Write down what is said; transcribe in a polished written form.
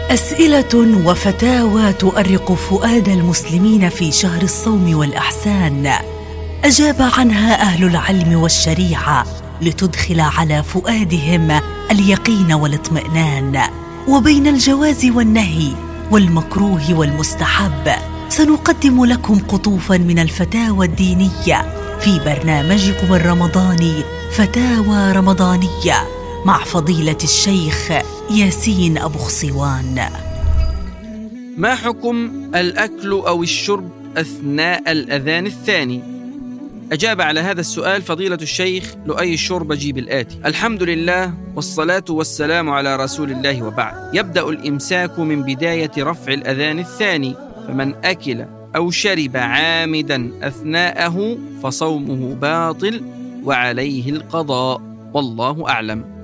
أسئلة وفتاوى تؤرق فؤاد المسلمين في شهر الصوم والإحسان، أجاب عنها أهل العلم والشريعة لتدخل على فؤادهم اليقين والاطمئنان. وبين الجواز والنهي والمكروه والمستحب سنقدم لكم قطوفاً من الفتاوى الدينية في برنامجكم الرمضاني فتاوى رمضانية مع فضيلة الشيخ ياسين أبو خصوان. ما حكم الأكل أو الشرب أثناء الأذان الثاني؟ أجاب على هذا السؤال فضيلة الشيخ لؤي الشربجي بالآتي: الحمد لله والصلاة والسلام على رسول الله، وبعد. يبدأ الإمساك من بداية رفع الأذان الثاني، فمن أكل أو شرب عامدا أثناءه فصومه باطل وعليه القضاء، والله أعلم.